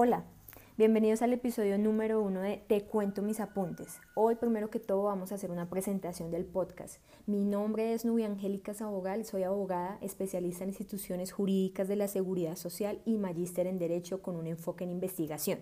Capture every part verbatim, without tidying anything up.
Hola, bienvenidos al episodio número uno de Te cuento mis apuntes. Hoy, primero que todo, vamos a hacer una presentación del podcast. Mi nombre es Nubia Angélica Sabogal, soy abogada, especialista en instituciones jurídicas de la seguridad social y magíster en Derecho con un enfoque en investigación.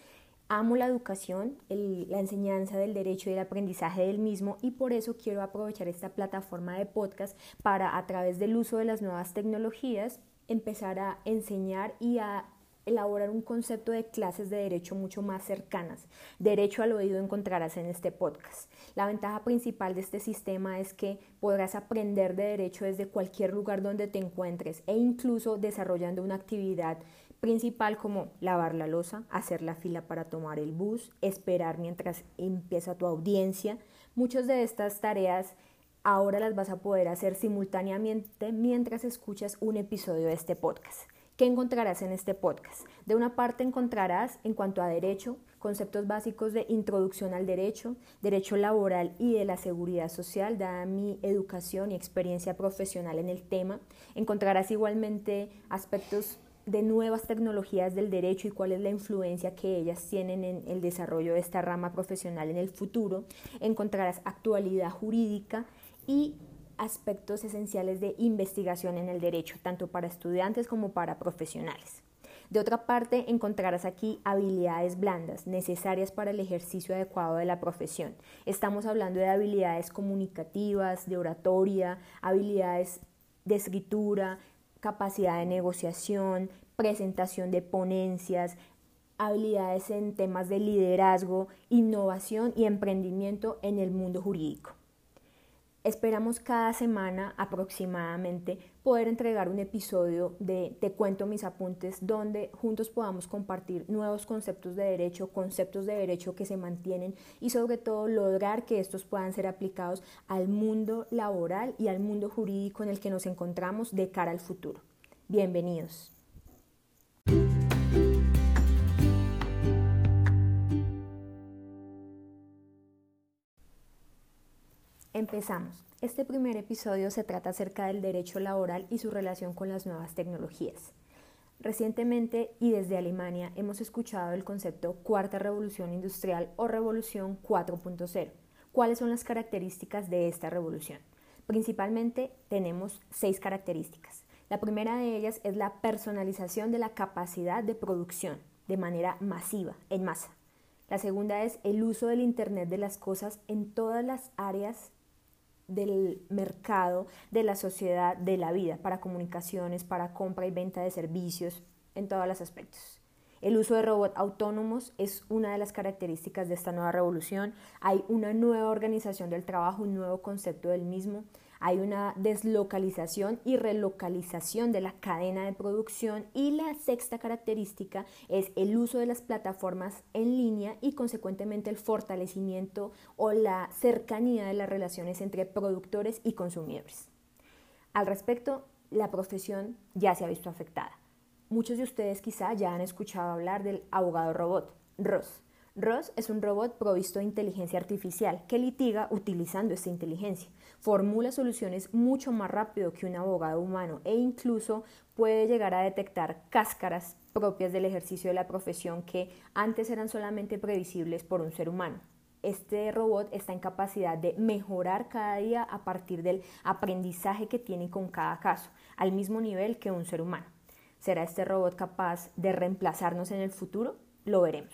Amo la educación, el, la enseñanza del derecho y el aprendizaje del mismo, y por eso quiero aprovechar esta plataforma de podcast para, a través del uso de las nuevas tecnologías, empezar a enseñar y a elaborar un concepto de clases de derecho mucho más cercanas. Derecho al oído encontrarás en este podcast. La ventaja principal de este sistema es que podrás aprender de derecho desde cualquier lugar donde te encuentres e incluso desarrollando una actividad principal como lavar la loza, hacer la fila para tomar el bus, esperar mientras empieza tu audiencia. Muchas de estas tareas ahora las vas a poder hacer simultáneamente mientras escuchas un episodio de este podcast. ¿Qué encontrarás en este podcast? De una parte encontrarás, en cuanto a derecho, conceptos básicos de introducción al derecho, derecho laboral y de la seguridad social, dada mi educación y experiencia profesional en el tema. Encontrarás igualmente aspectos de nuevas tecnologías del derecho y cuál es la influencia que ellas tienen en el desarrollo de esta rama profesional en el futuro. Encontrarás actualidad jurídica y aspectos esenciales de investigación en el derecho, tanto para estudiantes como para profesionales. De otra parte, encontrarás aquí habilidades blandas necesarias para el ejercicio adecuado de la profesión. Estamos hablando de habilidades comunicativas, de oratoria, habilidades de escritura, capacidad de negociación, presentación de ponencias, habilidades en temas de liderazgo, innovación y emprendimiento en el mundo jurídico. Esperamos cada semana aproximadamente poder entregar un episodio de Te cuento mis apuntes donde juntos podamos compartir nuevos conceptos de derecho, conceptos de derecho que se mantienen y sobre todo lograr que estos puedan ser aplicados al mundo laboral y al mundo jurídico en el que nos encontramos de cara al futuro. Bienvenidos. Empezamos. Este primer episodio se trata acerca del derecho laboral y su relación con las nuevas tecnologías. Recientemente y desde Alemania hemos escuchado el concepto cuarta revolución industrial o revolución cuatro punto cero. ¿Cuáles son las características de esta revolución? Principalmente tenemos seis características. La primera de ellas es la personalización de la capacidad de producción de manera masiva, en masa. La segunda es el uso del Internet de las cosas en todas las áreas del mercado, de la sociedad, de la vida, para comunicaciones, para compra y venta de servicios, en todos los aspectos. El uso de robots autónomos es una de las características de esta nueva revolución. Hay una nueva organización del trabajo, un nuevo concepto del mismo. Hay una deslocalización y relocalización de la cadena de producción. Y la sexta característica es el uso de las plataformas en línea y consecuentemente el fortalecimiento o la cercanía de las relaciones entre productores y consumidores. Al respecto, la profesión ya se ha visto afectada. Muchos de ustedes quizá ya han escuchado hablar del abogado robot, R O S. R O S es un robot provisto de inteligencia artificial que litiga utilizando esta inteligencia. Formula soluciones mucho más rápido que un abogado humano e incluso puede llegar a detectar cáscaras propias del ejercicio de la profesión que antes eran solamente previsibles por un ser humano. Este robot está en capacidad de mejorar cada día a partir del aprendizaje que tiene con cada caso, al mismo nivel que un ser humano. ¿Será este robot capaz de reemplazarnos en el futuro? Lo veremos.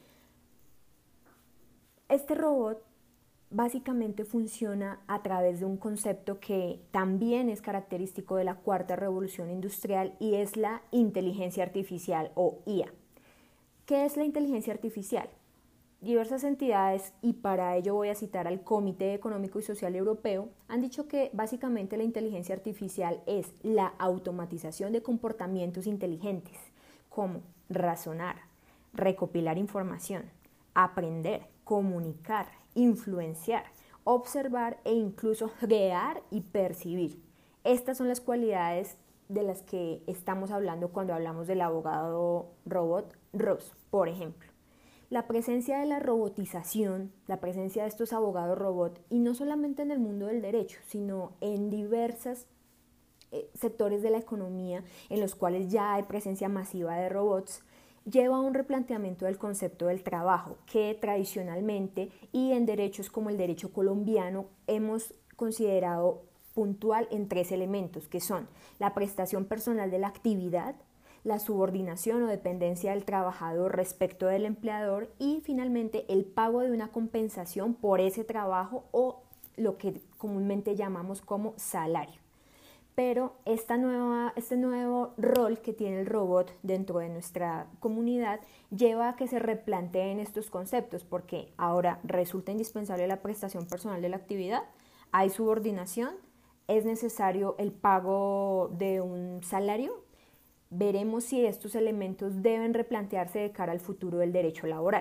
Este robot básicamente funciona a través de un concepto que también es característico de la cuarta revolución industrial y es la inteligencia artificial o I A. ¿Qué es la inteligencia artificial? Diversas entidades, y para ello voy a citar al Comité Económico y Social Europeo, han dicho que básicamente la inteligencia artificial es la automatización de comportamientos inteligentes, como razonar, recopilar información, aprender, comunicar, influenciar, observar e incluso crear y percibir. Estas son las cualidades de las que estamos hablando cuando hablamos del abogado robot R O S, por ejemplo. La presencia de la robotización, la presencia de estos abogados robot, y no solamente en el mundo del derecho, sino en diversos eh, sectores de la economía en los cuales ya hay presencia masiva de robots, lleva a un replanteamiento del concepto del trabajo, que tradicionalmente y en derechos como el derecho colombiano hemos considerado puntual en tres elementos, que son la prestación personal de la actividad, la subordinación o dependencia del trabajador respecto del empleador y finalmente el pago de una compensación por ese trabajo o lo que comúnmente llamamos como salario. Pero esta nueva, este nuevo rol que tiene el robot dentro de nuestra comunidad lleva a que se replanteen estos conceptos, porque ahora resulta indispensable la prestación personal de la actividad, hay subordinación, es necesario el pago de un salario. Veremos si estos elementos deben replantearse de cara al futuro del derecho laboral.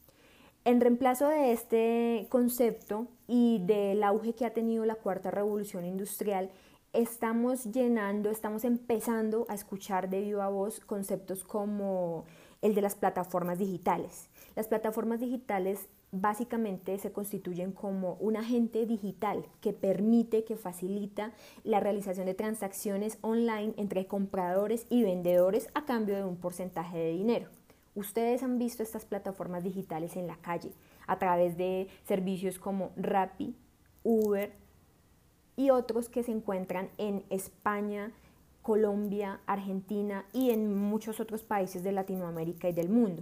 En reemplazo de este concepto y del auge que ha tenido la cuarta revolución industrial, estamos llenando, estamos empezando a escuchar de viva voz conceptos como el de las plataformas digitales. Las plataformas digitales básicamente se constituyen como un agente digital que permite, que facilita la realización de transacciones online entre compradores y vendedores a cambio de un porcentaje de dinero. Ustedes han visto estas plataformas digitales en la calle a través de servicios como Rappi, Uber y otros que se encuentran en España, Colombia, Argentina y en muchos otros países de Latinoamérica y del mundo.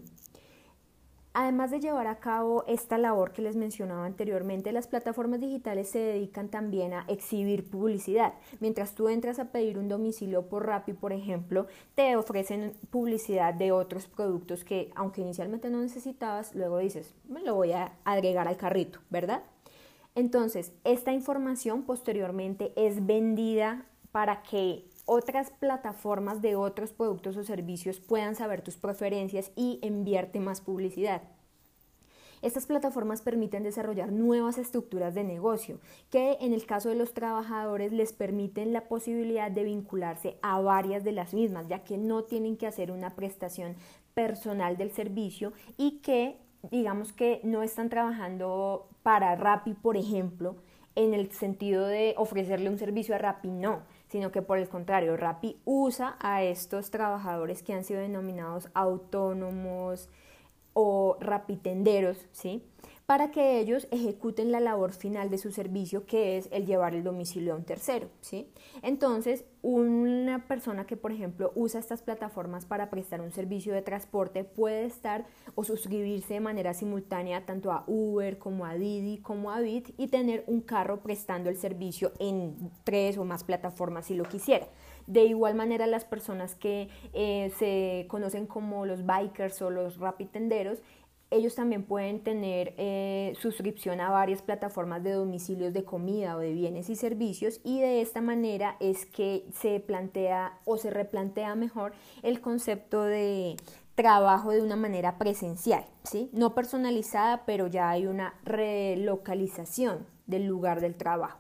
Además de llevar a cabo esta labor que les mencionaba anteriormente, las plataformas digitales se dedican también a exhibir publicidad. Mientras tú entras a pedir un domicilio por Rappi, por ejemplo, te ofrecen publicidad de otros productos que, aunque inicialmente no necesitabas, luego dices, me lo voy a agregar al carrito, ¿verdad? Entonces, esta información posteriormente es vendida para que otras plataformas de otros productos o servicios puedan saber tus preferencias y enviarte más publicidad. Estas plataformas permiten desarrollar nuevas estructuras de negocio que en el caso de los trabajadores les permiten la posibilidad de vincularse a varias de las mismas, ya que no tienen que hacer una prestación personal del servicio y que digamos que no están trabajando para Rappi, por ejemplo, en el sentido de ofrecerle un servicio a Rappi, no, sino que por el contrario, Rappi usa a estos trabajadores que han sido denominados autónomos o rapitenderos, ¿sí?, para que ellos ejecuten la labor final de su servicio, que es el llevar el domicilio a un tercero, ¿sí? Entonces, una persona que, por ejemplo, usa estas plataformas para prestar un servicio de transporte puede estar o suscribirse de manera simultánea tanto a Uber como a Didi como a Bit y tener un carro prestando el servicio en tres o más plataformas si lo quisiera. De igual manera, las personas que eh, se conocen como los bikers o los rapitenderos, ellos también pueden tener eh, suscripción a varias plataformas de domicilios de comida o de bienes y servicios, y de esta manera es que se plantea o se replantea mejor el concepto de trabajo de una manera presencial, ¿sí? No personalizada, pero ya hay una relocalización del lugar del trabajo.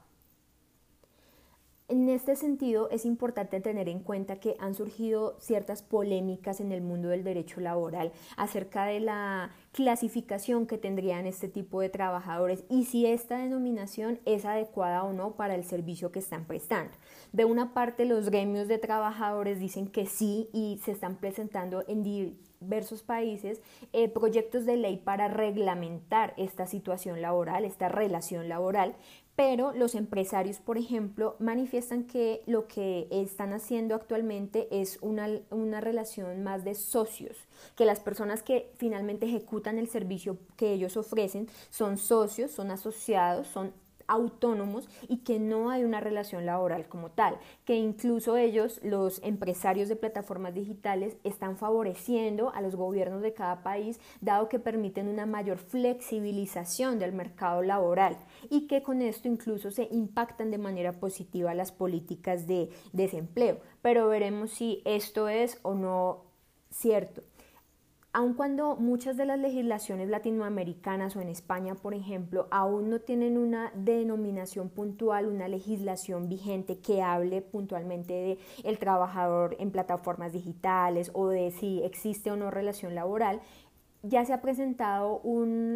En este sentido, es importante tener en cuenta que han surgido ciertas polémicas en el mundo del derecho laboral acerca de la clasificación que tendrían este tipo de trabajadores y si esta denominación es adecuada o no para el servicio que están prestando. De una parte, los gremios de trabajadores dicen que sí y se están presentando en diversos países eh, proyectos de ley para reglamentar esta situación laboral, esta relación laboral. Pero los empresarios, por ejemplo, manifiestan que lo que están haciendo actualmente es una, una relación más de socios, que las personas que finalmente ejecutan el servicio que ellos ofrecen son socios, son asociados, son autónomos y que no hay una relación laboral como tal, que incluso ellos, los empresarios de plataformas digitales, están favoreciendo a los gobiernos de cada país, dado que permiten una mayor flexibilización del mercado laboral y que con esto incluso se impactan de manera positiva las políticas de desempleo. Pero veremos si esto es o no cierto. Aun cuando muchas de las legislaciones latinoamericanas o en España, por ejemplo, aún no tienen una denominación puntual, una legislación vigente que hable puntualmente de el trabajador en plataformas digitales o de si existe o no relación laboral, ya se ha presentado un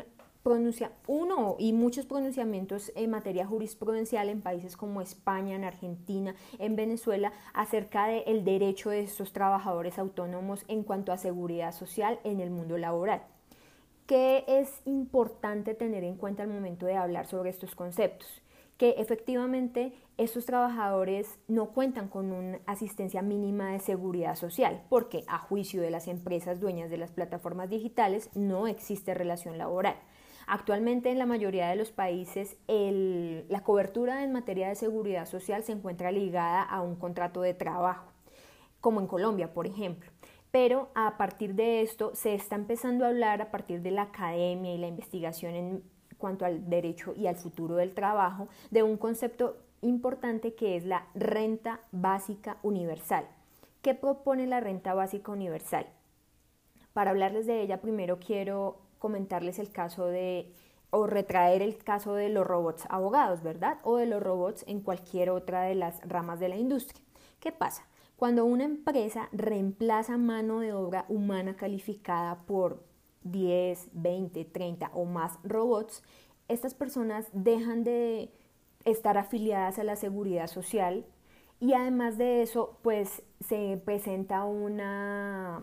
pronuncia uno y muchos pronunciamientos en materia jurisprudencial en países como España, en Argentina, en Venezuela, acerca del derecho de estos trabajadores autónomos en cuanto a seguridad social en el mundo laboral. ¿Qué es importante tener en cuenta al momento de hablar sobre estos conceptos? Que efectivamente estos trabajadores no cuentan con una asistencia mínima de seguridad social, porque a juicio de las empresas dueñas de las plataformas digitales no existe relación laboral. Actualmente en la mayoría de los países el, la cobertura en materia de seguridad social se encuentra ligada a un contrato de trabajo, como en Colombia, por ejemplo. Pero a partir de esto se está empezando a hablar a partir de la academia y la investigación en cuanto al derecho y al futuro del trabajo, de un concepto importante que es la renta básica universal. ¿Qué propone la renta básica universal? Para hablarles de ella, primero quiero comentarles el caso de, o retraer el caso de los robots abogados, ¿verdad? O de los robots en cualquier otra de las ramas de la industria. ¿Qué pasa? Cuando una empresa reemplaza mano de obra humana calificada por diez, veinte, treinta o más robots, estas personas dejan de estar afiliadas a la seguridad social y además de eso, pues se presenta una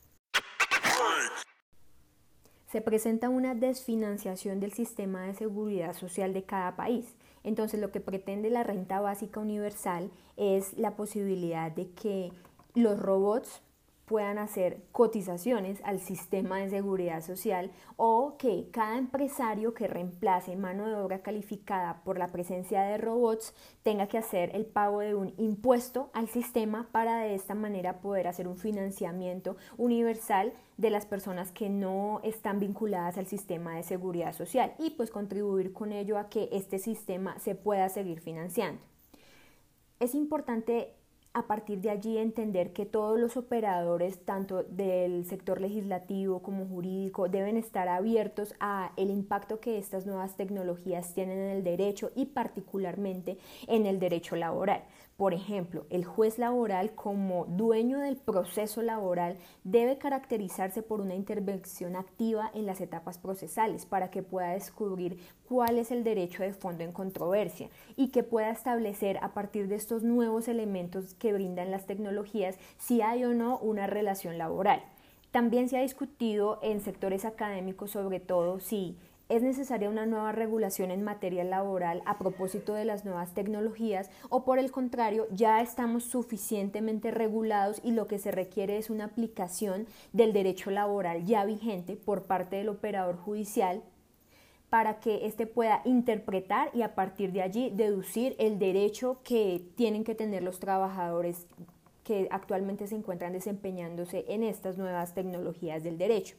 se presenta una desfinanciación del sistema de seguridad social de cada país. Entonces, lo que pretende la renta básica universal es la posibilidad de que los robots puedan hacer cotizaciones al sistema de seguridad social o que cada empresario que reemplace mano de obra calificada por la presencia de robots tenga que hacer el pago de un impuesto al sistema para de esta manera poder hacer un financiamiento universal de las personas que no están vinculadas al sistema de seguridad social y pues contribuir con ello a que este sistema se pueda seguir financiando. Es importante a partir de allí entender que todos los operadores, tanto del sector legislativo como jurídico, deben estar abiertos a el impacto que estas nuevas tecnologías tienen en el derecho y particularmente en el derecho laboral. Por ejemplo, el juez laboral como dueño del proceso laboral debe caracterizarse por una intervención activa en las etapas procesales para que pueda descubrir cuál es el derecho de fondo en controversia y que pueda establecer a partir de estos nuevos elementos que brindan las tecnologías si hay o no una relación laboral. También se ha discutido en sectores académicos sobre todo si es necesaria una nueva regulación en materia laboral a propósito de las nuevas tecnologías o por el contrario ya estamos suficientemente regulados y lo que se requiere es una aplicación del derecho laboral ya vigente por parte del operador judicial para que éste pueda interpretar y a partir de allí deducir el derecho que tienen que tener los trabajadores que actualmente se encuentran desempeñándose en estas nuevas tecnologías del derecho.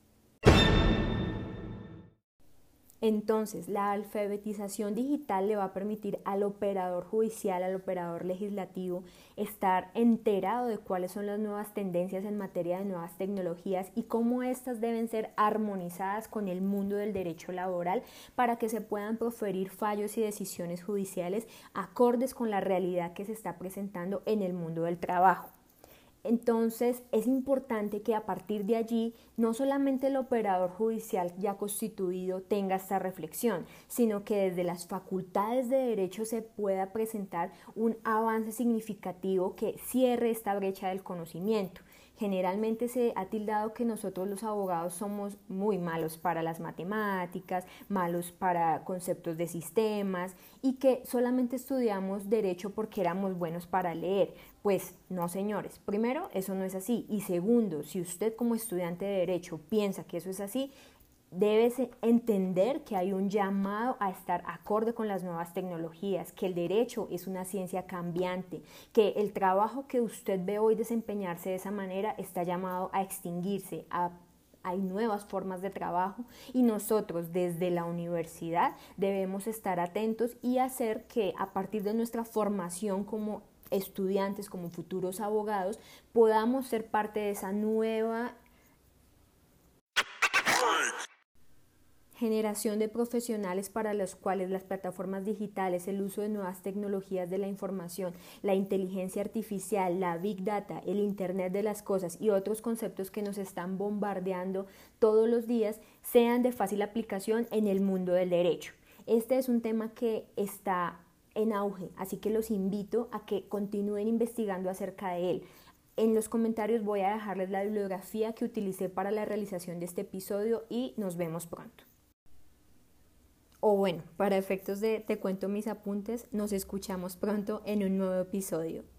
Entonces, la alfabetización digital le va a permitir al operador judicial, al operador legislativo, estar enterado de cuáles son las nuevas tendencias en materia de nuevas tecnologías y cómo éstas deben ser armonizadas con el mundo del derecho laboral para que se puedan proferir fallos y decisiones judiciales acordes con la realidad que se está presentando en el mundo del trabajo. Entonces es importante que a partir de allí no solamente el operador judicial ya constituido tenga esta reflexión, sino que desde las facultades de derecho se pueda presentar un avance significativo que cierre esta brecha del conocimiento. Generalmente se ha tildado que nosotros los abogados somos muy malos para las matemáticas, malos para conceptos de sistemas y que solamente estudiamos derecho porque éramos buenos para leer. Pues no, señores. Primero, eso no es así. Y segundo, si usted como estudiante de derecho piensa que eso es así, debes entender que hay un llamado a estar acorde con las nuevas tecnologías, que el derecho es una ciencia cambiante, que el trabajo que usted ve hoy desempeñarse de esa manera está llamado a extinguirse, a hay nuevas formas de trabajo y nosotros desde la universidad debemos estar atentos y hacer que a partir de nuestra formación como estudiantes, como futuros abogados, podamos ser parte de esa nueva generación de profesionales para los cuales las plataformas digitales, el uso de nuevas tecnologías de la información, la inteligencia artificial, la Big Data, el Internet de las cosas y otros conceptos que nos están bombardeando todos los días sean de fácil aplicación en el mundo del derecho. Este es un tema que está en auge, así que los invito a que continúen investigando acerca de él. En los comentarios voy a dejarles la bibliografía que utilicé para la realización de este episodio y nos vemos pronto. O bueno, para efectos de Te cuento mis apuntes, nos escuchamos pronto en un nuevo episodio.